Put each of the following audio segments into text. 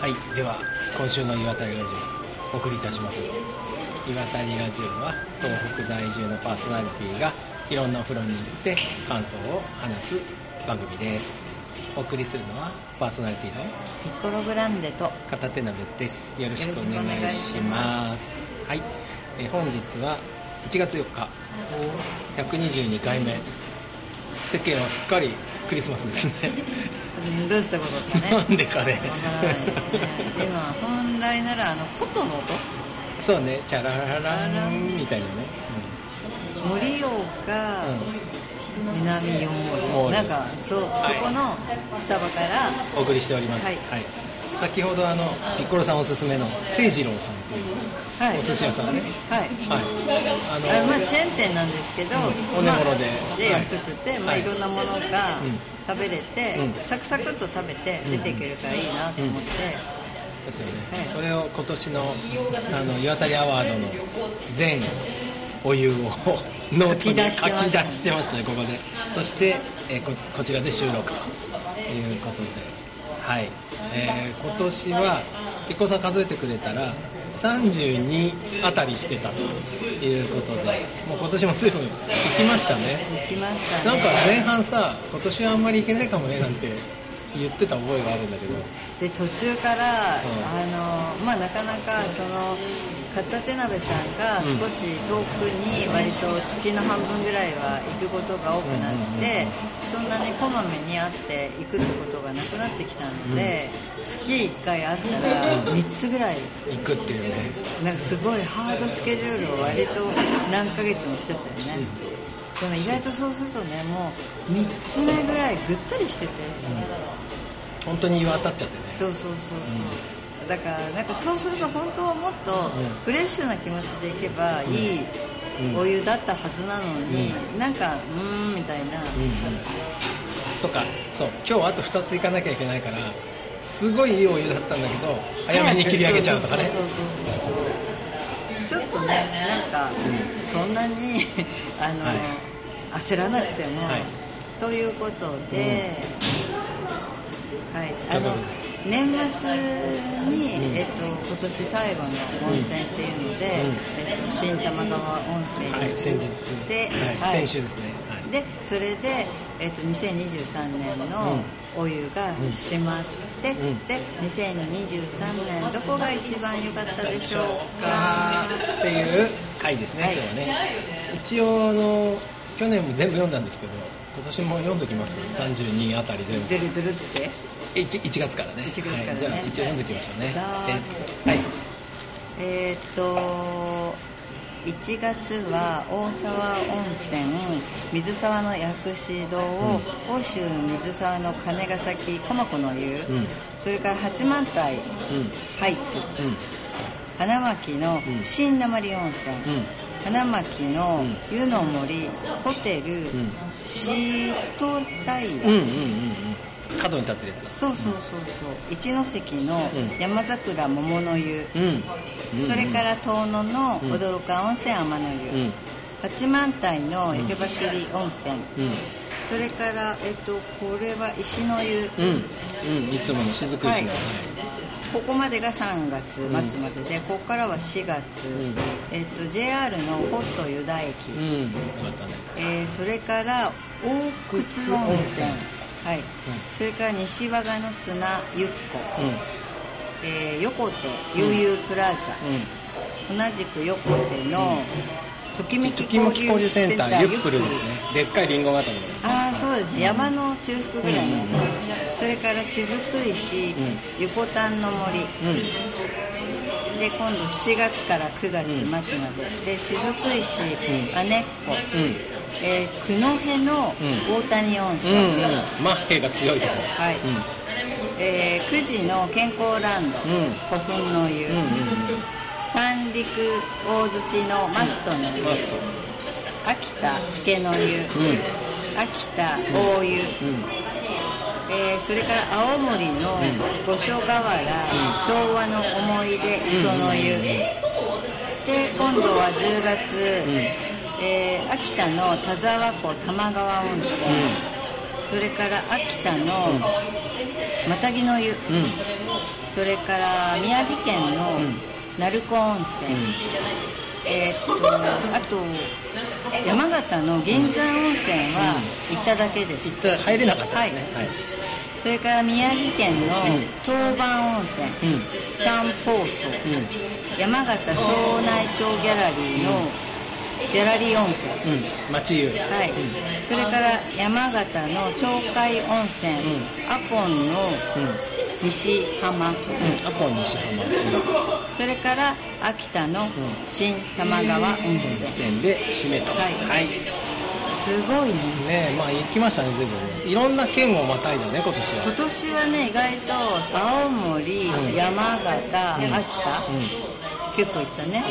はい、では今週の岩谷ラジオお送りいたします。岩谷ラジオは東北在住のパーソナリティがいろんなお風呂に行って感想を話す番組です。お送りするのはパーソナリティのピッコログランデと片手鍋です。よろしくお願いします。はい、本日は1月4日122回目。世間はすっかりクリスマスですね。 どうしたことかね。 なんでかね。 わからないですね。今本来なら琴の音。 そうね、チャララランみたいなね。 盛岡、南四森、なんかそこのスタバからお送りしております。はい。先ほどピッコロさんおすすめの清次郎さんというお寿司屋さんね。 はい。まあチェーン店なんですけど、 お値頃で安くて、まあいろんなものが食べれて、サクサクっと食べて出ていけるからいいなと思って。 ですよね。それを今年の岩谷アワードの全お湯をノートに書き出してましたね、ここで。そしてこちらで収録ということで、はい。今年はピッコロさん数えてくれたら32あたりしてたということで、もう今年も随分行きましたね。 行きましたね。 なんか前半さ、今年はあんまり行けないかもねなんて言ってた覚えがあるんだけど、 で途中から、まあなかなか片手鍋さんが少し遠くに割と月の半分ぐらいは行くことが多くなって、そんなにこまめに会って行くってことがなくなってきたので、月1回会ったら3つぐらい行くっていうね。 なんかすごいハードスケジュールを割と何ヶ月もしてたよね。でも意外とそうするとね、もう3つ目ぐらいぐったりしてて、 本当に渡っちゃってね。 そう、だからなんかそうすると本当はもっとフレッシュな気持ちでいけばいいお湯だったはずなのに、なんかみたいな、 とか、そう今日あと2つ行かなきゃいけないからすごいいいお湯だったんだけど早めに切り上げちゃうとかね。 ちょっとね、なんかそんなに焦らなくても、ということで、年末に、今年最後の温泉っていうので、新玉川温泉に行って、 先日で、先週ですね。 でそれで、2023年のお湯が閉まって、で2023年どこが一番良かったでしょうかっていう回ですね、今日はね。一応去年も全部読んだんですけど、今年も読んどきます。32あたり全部。 ドゥルって。 1月からね。 1月からね。 じゃあ一応読んでおきましょうね。 1月は大沢温泉水沢の薬師堂、奥州水沢の金ヶ崎駒子の湯、それから八幡平ハイツ、花巻の新鉛温泉、花巻の湯の森ホテル、シート平、 角に立ってるやつが。そう一関の山桜桃の湯、それから遠野の驚か温泉天の湯、八幡平の池走温泉、それからこれは石の湯、 いつもの雫石の、 ここまでが3月末までで、ここからは4月、JR のホット湯田駅、それから大靴温泉、それから西和賀の砂ゆっこ、横手悠々プラザ、同じく横手のときめき交流センターユップルですね。でっかいリンゴ型の。 そうですね、山の中腹ぐらいの、それから雫石、ゆこたんの森、で今度7月から9月末まで、で雫石、姉っ子、九戸の大谷温泉、 マッヘが強いところ、 久慈の健康ランド、古墳の湯、三陸大槌のマストの湯、秋田付の湯、秋田大湯、それから青森の五所川原、昭和の思い出磯の湯、で今度は10月、秋田の田沢湖玉川温泉、 それから秋田のマタギの湯、それから宮城県の鳴子温泉、あと山形の銀山温泉は行っただけです。 入れなかったですね。はい。 それから宮城県の当番温泉、三宝荘、山形庄内町ギャラリーのギャラリー温泉、 町湯、 はい、それから山形の鳥海温泉、アポンの西浜、 アポン西浜、 それから秋田の新玉川温泉で締めと。はい。 すごいね。まあ行きましたね、全部。いろんな県をまたいだね、今年は。 今年はね、意外と青森、山形、秋田、結構行ったね。 行った。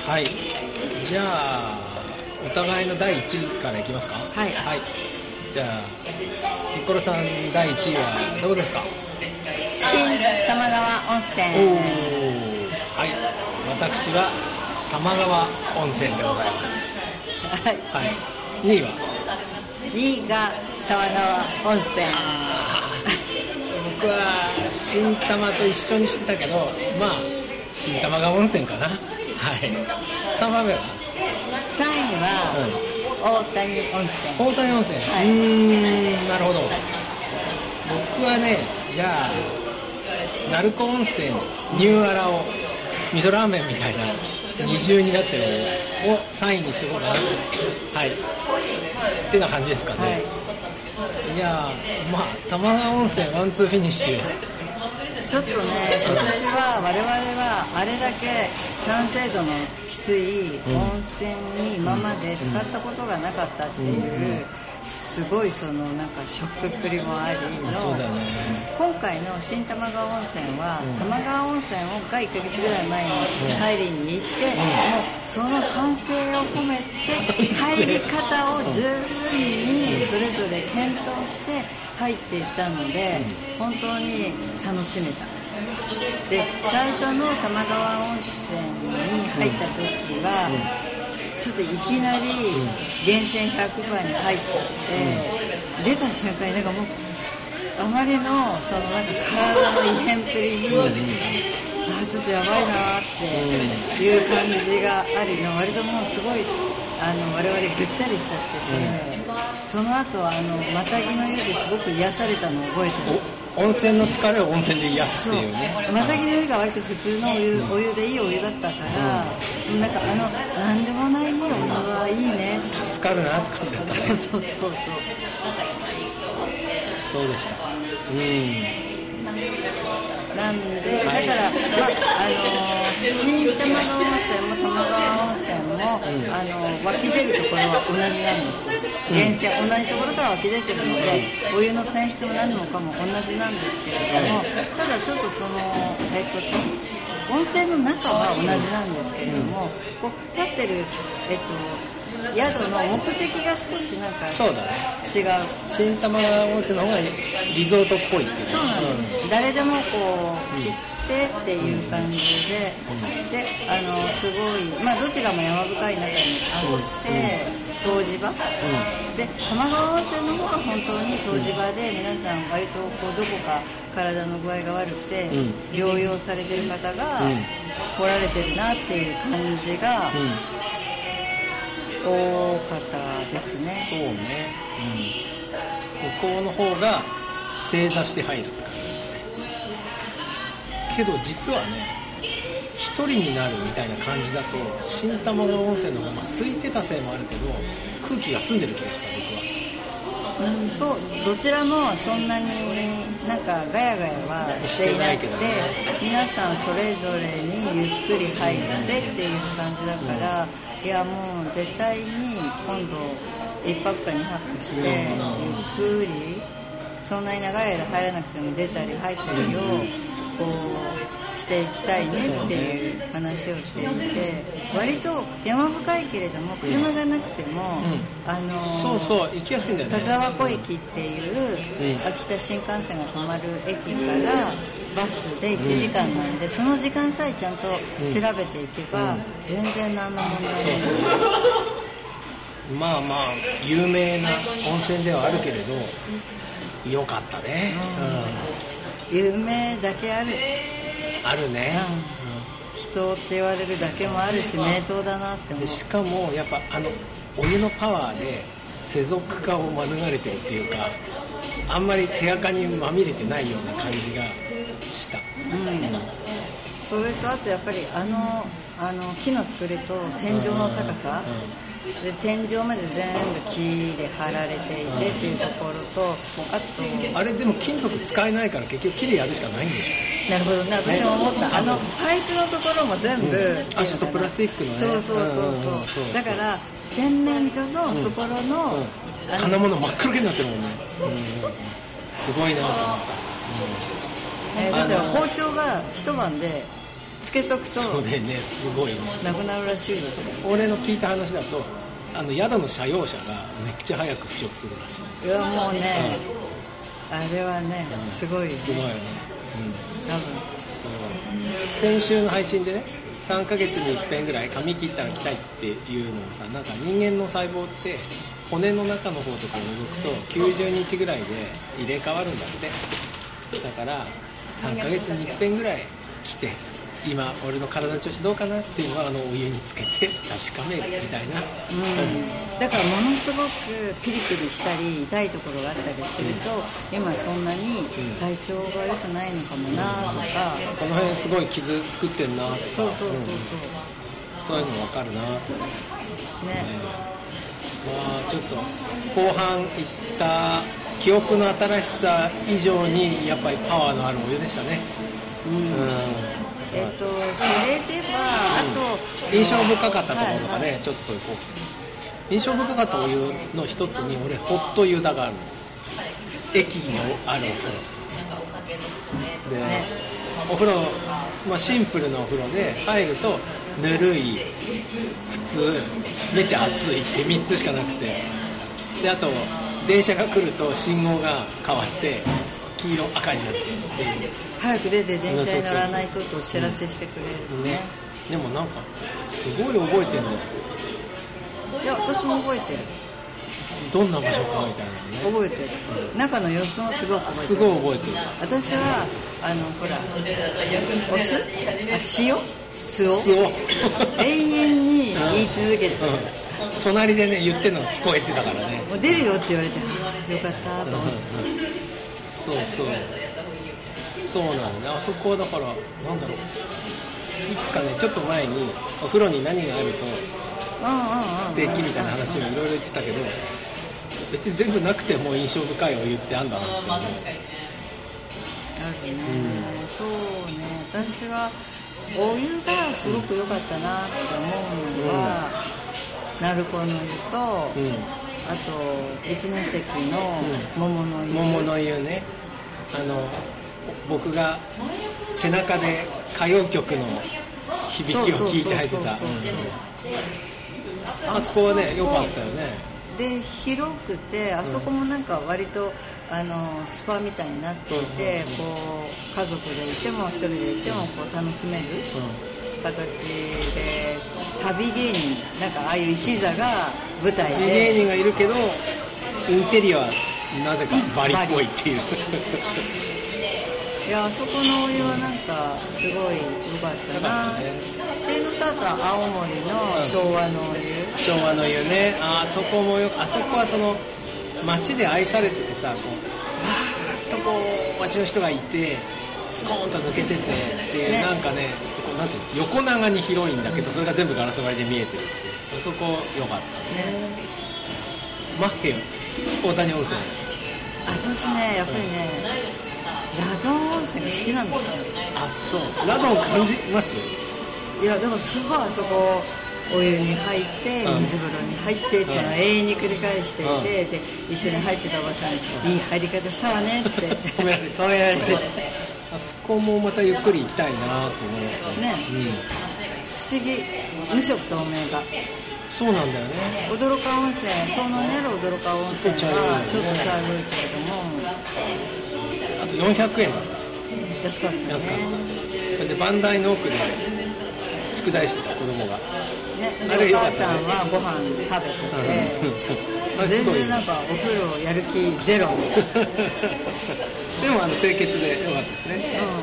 はい。じゃあお互いの第1位からいきますか。 はい。 じゃあピッコロさん第1位はどこですか？ 新玉川温泉。 はい。私は玉川温泉でございます。はい。2位は 2位が玉川温泉。 僕は新玉と一緒にしてたけど、まあ新玉川温泉かな。はい。3番目は 3位は大谷温泉。 大谷温泉。 はい。 なるほど。僕はね、じゃあ鳴子温泉ニューアラを味噌ラーメンみたいな二重になってるのを3位にしておこうかな。はい。ってな感じですかね。はい、いやまあ玉川温泉ワンツーフィニッシュ。 ちょっとね、今年は我々はあれだけ酸性度のきつい温泉に今まで使ったことがなかったっていうすごいそのなんかショックっぷりもありの、 そうだね、 今回の新玉川温泉は、玉川温泉が1ヶ月ぐらい前に入りに行って、もうその反省を込めて入り方を十分にそれぞれ検討して入っていったので、本当に楽しめた。で、最初の玉川温泉に入った時は、ちょっといきなり源泉100番に入っちゃって、出た瞬間になんかもうあまりのそのなんか体の異変っぷりに、ちょっとやばいなっていう感じがありの、割ともうすごい我々ぐったりしちゃってて、その後マタギの湯ですごく癒されたのを覚えてる。 温泉の疲れを温泉で癒すっていうね。 マタギの湯が割と普通のお湯でいいお湯だったから、なんかなんでもないいいお湯はいいね、 助かるなって感じだったね。 そうでした。 なんで、だから、新玉川温泉も玉川温泉も、湧き出るところは同じなんですよ。源泉、同じところから湧き出てるので、お湯の泉質も何もかも同じなんですけれども、ただちょっとその、温泉の中は同じなんですけれども、こう立ってる、宿の目的が少しなんか違う。 新玉川温泉の方がリゾートっぽいっていう。 そうなんです。誰でもこう切ってっていう感じで、で、すごい、どちらも山深い中にあって、湯治場、で、玉川温泉の方は本当に湯治場で、皆さん割とこうどこか体の具合が悪くて、療養されてる方が来られてるなっていう感じが、多かったですね。 そうね。向こうの方が正座して入るって感じ。けど実はね、一人になるみたいな感じだと新玉川温泉の方が空いてたせいもあるけど空気が澄んでる気がした僕は。 そう、どちらもそんなになんかガヤガヤはしていなくて、皆さんそれぞれにゆっくり入ってっていう感じだから、いやもう絶対に今度1泊か2泊してゆっくり、そんなに長い間入らなくても出たり入ったりをこうしていきたいねっていう話をしていて、割と山深いけれども車がなくても、 そう行きやすいんだよね。 田沢湖駅っていう秋田新幹線が止まる駅からバスで1時間なんで、その時間さえちゃんと調べていけば全然何の問題もない。 まあまあ有名な温泉ではあるけれどよかったね、 有名だけあるね、 人って言われるだけもあるし名湯だなって思う。 でしかもやっぱお湯のパワーで世俗化を免れてるっていうか、あんまり手垢にまみれてないような感じがした、 それとあとやっぱり木の作りと天井の高さ、で天井まで全部木で張られていてっていうところと、あれでも金属使えないから結局木でやるしかないんでしょ。なるほどね、私も思った、パイプのところも全部、 ちょっとプラスチックのね、 そうだから洗面所のところの、 金物真っ黒けになってるもんね、すごいなと思った、 だって包丁が一晩でつけとくとそれねすごいねなくなるらしいですよ。 俺の聞いた話だと宿の社用車がめっちゃ早く腐食するらしい。 いやもうね、あれはね、すごいよね。 すごいよね、 多分先週の配信でね、3ヶ月に1遍ぐらい髪切ったら来たいっていうのをさ、なんか人間の細胞って骨の中の方とかを除くと90日ぐらいで入れ替わるんだって。だから3ヶ月に1遍ぐらい来て、今俺の体の調子どうかなっていうのはお湯につけて確かめるみたいな、 だからものすごくピリピリしたり痛いところがあったりすると、今そんなに体調が良くないのかもなとか、 この辺すごい傷作ってんなとか、そういうの分かるなとね、まあちょっと後半いった記憶の新しさ以上にやっぱりパワーのあるお湯でしたね。 それではあと印象深かったところとかね、ちょっと印象深かったお湯の一つに俺ホット湯だがあるの、駅にあるお風呂で、お風呂、シンプルなお風呂で入るとぬるい、普通、めっちゃ熱いって3つしかなくて、であと電車が来ると信号が変わって黄色赤になってっていう、 早く出て電車に乗らないとってお知らせしてくれるね。 でもなんかすごい覚えてるの。 いや私も覚えてる。 どんな場所かみたいなね。 覚えてる。中の様子もすごく覚えてる。 すごい覚えてる。 私はほらお酢、酢を永遠に言い続けてる。 隣でね言ってるのが聞こえてたからね。 もう出るよって言われて、よかったと思って。 そうなのね。あそこはだからなんだろう、いつかねちょっと前にお風呂に何があると素敵みたいな話をいろいろ言ってたけど、別に全部なくても印象深いお湯ってあんだなって思う。あるね、 そうね。私はお湯がすごく良かったなって思うのは、鳴子の湯と、あと一ノ関の桃の湯。 桃の湯ね。僕が背中で歌謡曲の響きを聞いて入ってた。あそこはね良かったよね。 で広くて、あそこもなんか割とスパみたいになっていて、こう家族でいても一人でいてもこう楽しめる形で、旅芸人なんかああいう一座が舞台で旅芸人がいるけどインテリアはなぜかバリっぽいっていういや、あそこのお湯はなんかすごい良かったなっていうのと、あとは青森の昭和のお湯、 昭和の湯ね。あそこもあそこはその街で愛されててさ、こうさーっとこう街の人がいてスコーンと抜けててっていう、なんかね、こうなんていうの、横長に広いんだけどそれが全部ガラス張りで見えてるっていう、あそこ良かったね。マッヘよ大谷温泉。 私ねやっぱりねラドン温泉が好きなんですよ。 あ、そう。ラドン感じます？ いや、でもすごいあそこお湯に入って水風呂に入ってっていうのを永遠に繰り返していて、で一緒に入ってたおばさんにいい入り方したわねって褒められてあそこもまたゆっくり行きたいなと思いますね。 不思議、無色透明がそうなんだよね。 驚か温泉、遠野にある驚か温泉はちょっと茶色いけれども、 あと400円だった。 安かったですね。 でバンダイの奥で宿題してた子供が、 ね、 でお母さんはご飯食べてて、全然なんかお風呂やる気ゼロみたいなでも清潔でよかったですね。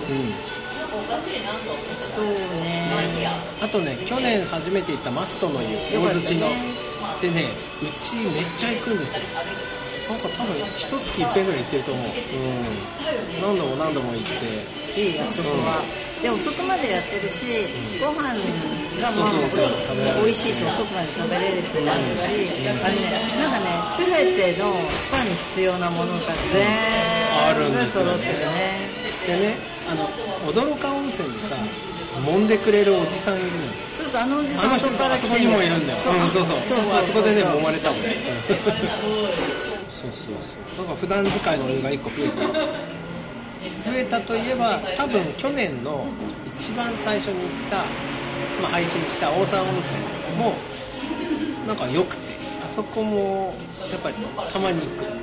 そうね。 あとね、去年初めて行ったマストの湯、大槌のでね、うちめっちゃ行くんですよ。なんか多分一月いっぺんぐらい行ってると思う。何度も行って。 いいあそこは。で遅くまでやってるし、ご飯が美味しいし遅くまで食べれるってなるし、なんかね全てのスパに必要なものが全部揃ってるね。 でね、驚か温泉でさ、揉んでくれるおじさんいるの。 そうそう、おじさんそこから来てる。 あそこにもいるんだよ。そうあそこでね揉まれたもんね。そうなんか普段使いのお湯が1個増えたといえば、多分去年の一番最初に行った、配信した大沢温泉もなんか良くて、あそこもやっぱりたまに行く。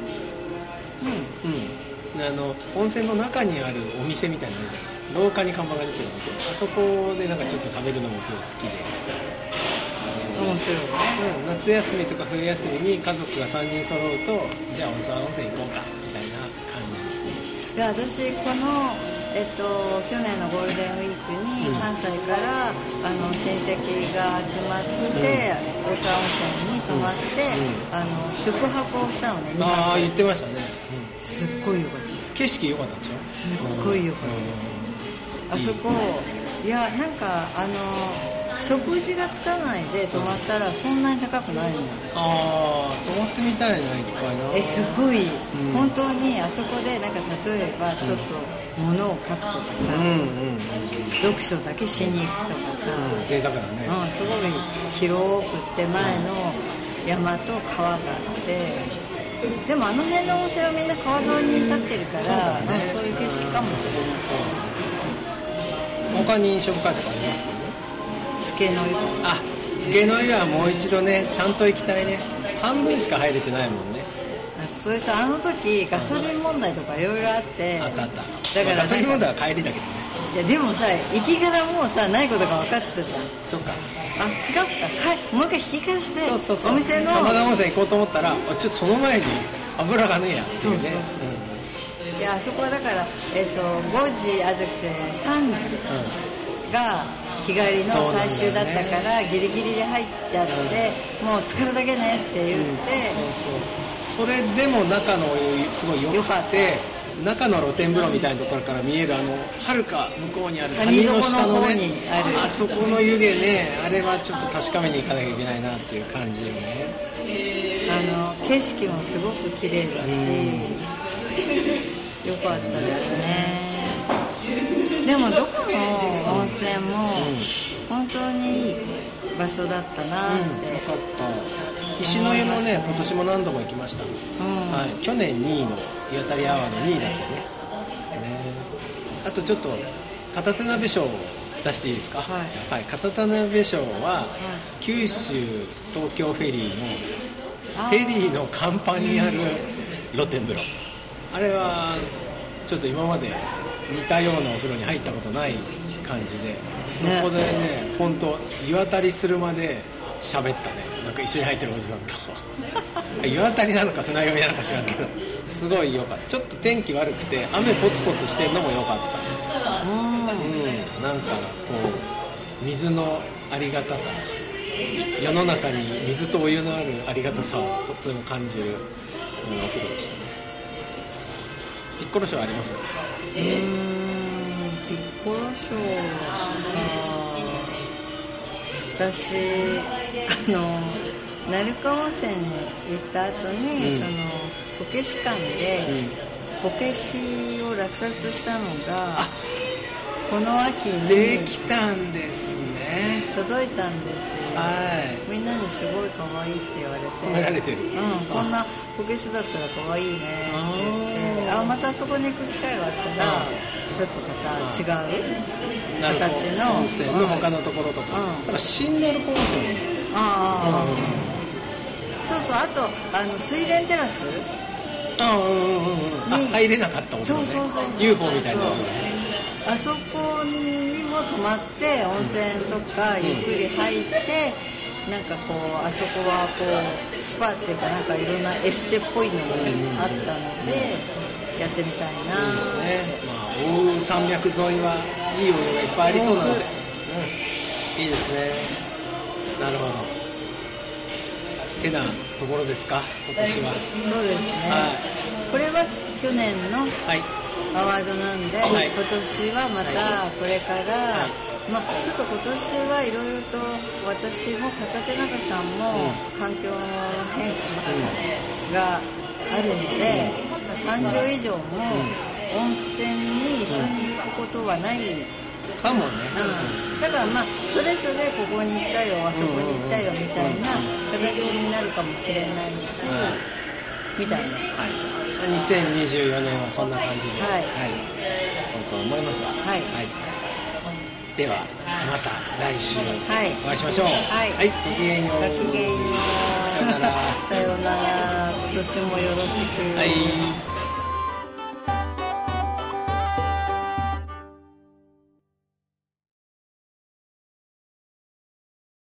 温泉の中にあるお店みたいなのじゃん、廊下に看板が出てるんですよ。あそこでなんかちょっと食べるのもすごい好きで。 面白いね。 夏休みとか冬休みに家族が3人揃うと、じゃあ温泉行こうかみたいな感じ。 で私この、去年のゴールデンウィークに関西から親戚が集まって大沢温泉に泊まって、宿泊をしたのね。 ああ言ってましたね。 すっごい良かった。 景色良かったでしょ。 すっごい良かった。あそこいやなんか食事がつかないで泊まったらそんなに高くないのよ。 ああ、泊まってみたいね、いっぱいな。 すごい、本当にあそこでなんか例えばちょっと物を書くとかさ、読書だけしに行くとかさ、 贅沢だね。 すごい広くって前の山と川があって、でも辺の温泉はみんな川沿いに立ってるから、そういう景色かもしれない。 他に印象深いとこあります？ つけの湯。 つけの湯はもう一度ね、ちゃんと行きたいね。半分しか入れてないもんね。 それと時ガソリン問題とかいろいろあって、 あった。だからガソリン問題は帰りだけどね。 いやでもさ、行きからもうさないことが分かってたじゃん。 そうか。 違うか。もう一回引き返して、 そうお店の浜田温泉行こうと思ったら、ちょっとその前に油がねえやっていうね。 いやあそこはだから5時あずきで3時が日帰りの最終だったから、ギリギリで入っちゃって、もう浸かるだけねって言って、 それでも中のお湯すごい良くて、中の露天風呂みたいなところから見える遥か向こうにある谷の下のね、あそこの湯気ね、あれはちょっと確かめに行かなきゃいけないなっていう感じよね。 景色もすごく綺麗だし、良かったですね。でもどこの温泉も本当にいい場所だったなって、 よかった。石の湯もね、今年も何度も行きました。去年2位の湯あたりアワード2位だったね。あとちょっと片手鍋賞を出していいですか？片手鍋賞は九州東京フェリーの甲板にある露天風呂。あれはちょっと今まで似たようなお風呂に入ったことない感じで、そこでね、本当湯あたりするまで喋ったね。なんか一緒に入ってるおじさんと湯あたりなのか船酔いなのか知らんけど、すごい良かった。ちょっと天気悪くて雨ポツポツしてるのも良かった。なんかこう水のありがたさ、世の中に水とお湯のあるありがたさをとっても感じるお風呂でしたね。ピッコロショーありますか？ ピッコロショー私鳴川温泉に行った後に、こけし館でこけしを落札したのがこの秋にできたんですね。 届いたんですよ。みんなにすごい可愛いって言われて、 褒められてる。 こんなこけしだったら可愛いねって言って、またそこに行く機会があったらちょっとまた違う形の温泉の他のところとか、だから新鳴子温泉もそうそう、あと水田テラス入れなかったもんね。UFO みたいな。 あそこにも泊まって温泉とかゆっくり入って、 なんかこうあそこはこうスパっていうかなんかいろんなエステっぽいのもあったのでやってみたいな。 いいですね。まあ奥羽山脈沿いはいいお湯がいっぱいありそうなので、いいですね。なるほど。てなところですか今年は。 そうですね。これは去年のアワードなんで、今年はまたこれから、まあ、ちょっと今年はいろいろと私も片手中さんも環境変化があるので、3畳以上も温泉に一緒に行くことはないかもね、 だからまあそれぞれここに行ったよあそこに行ったよみたいな形になるかもしれないし、みたいな、 2024年はそんな感じでいこうと思います。ではまた来週お会いしましょう。ごきげんよう。 ごきげんよう。さようなら。今年もよろしく。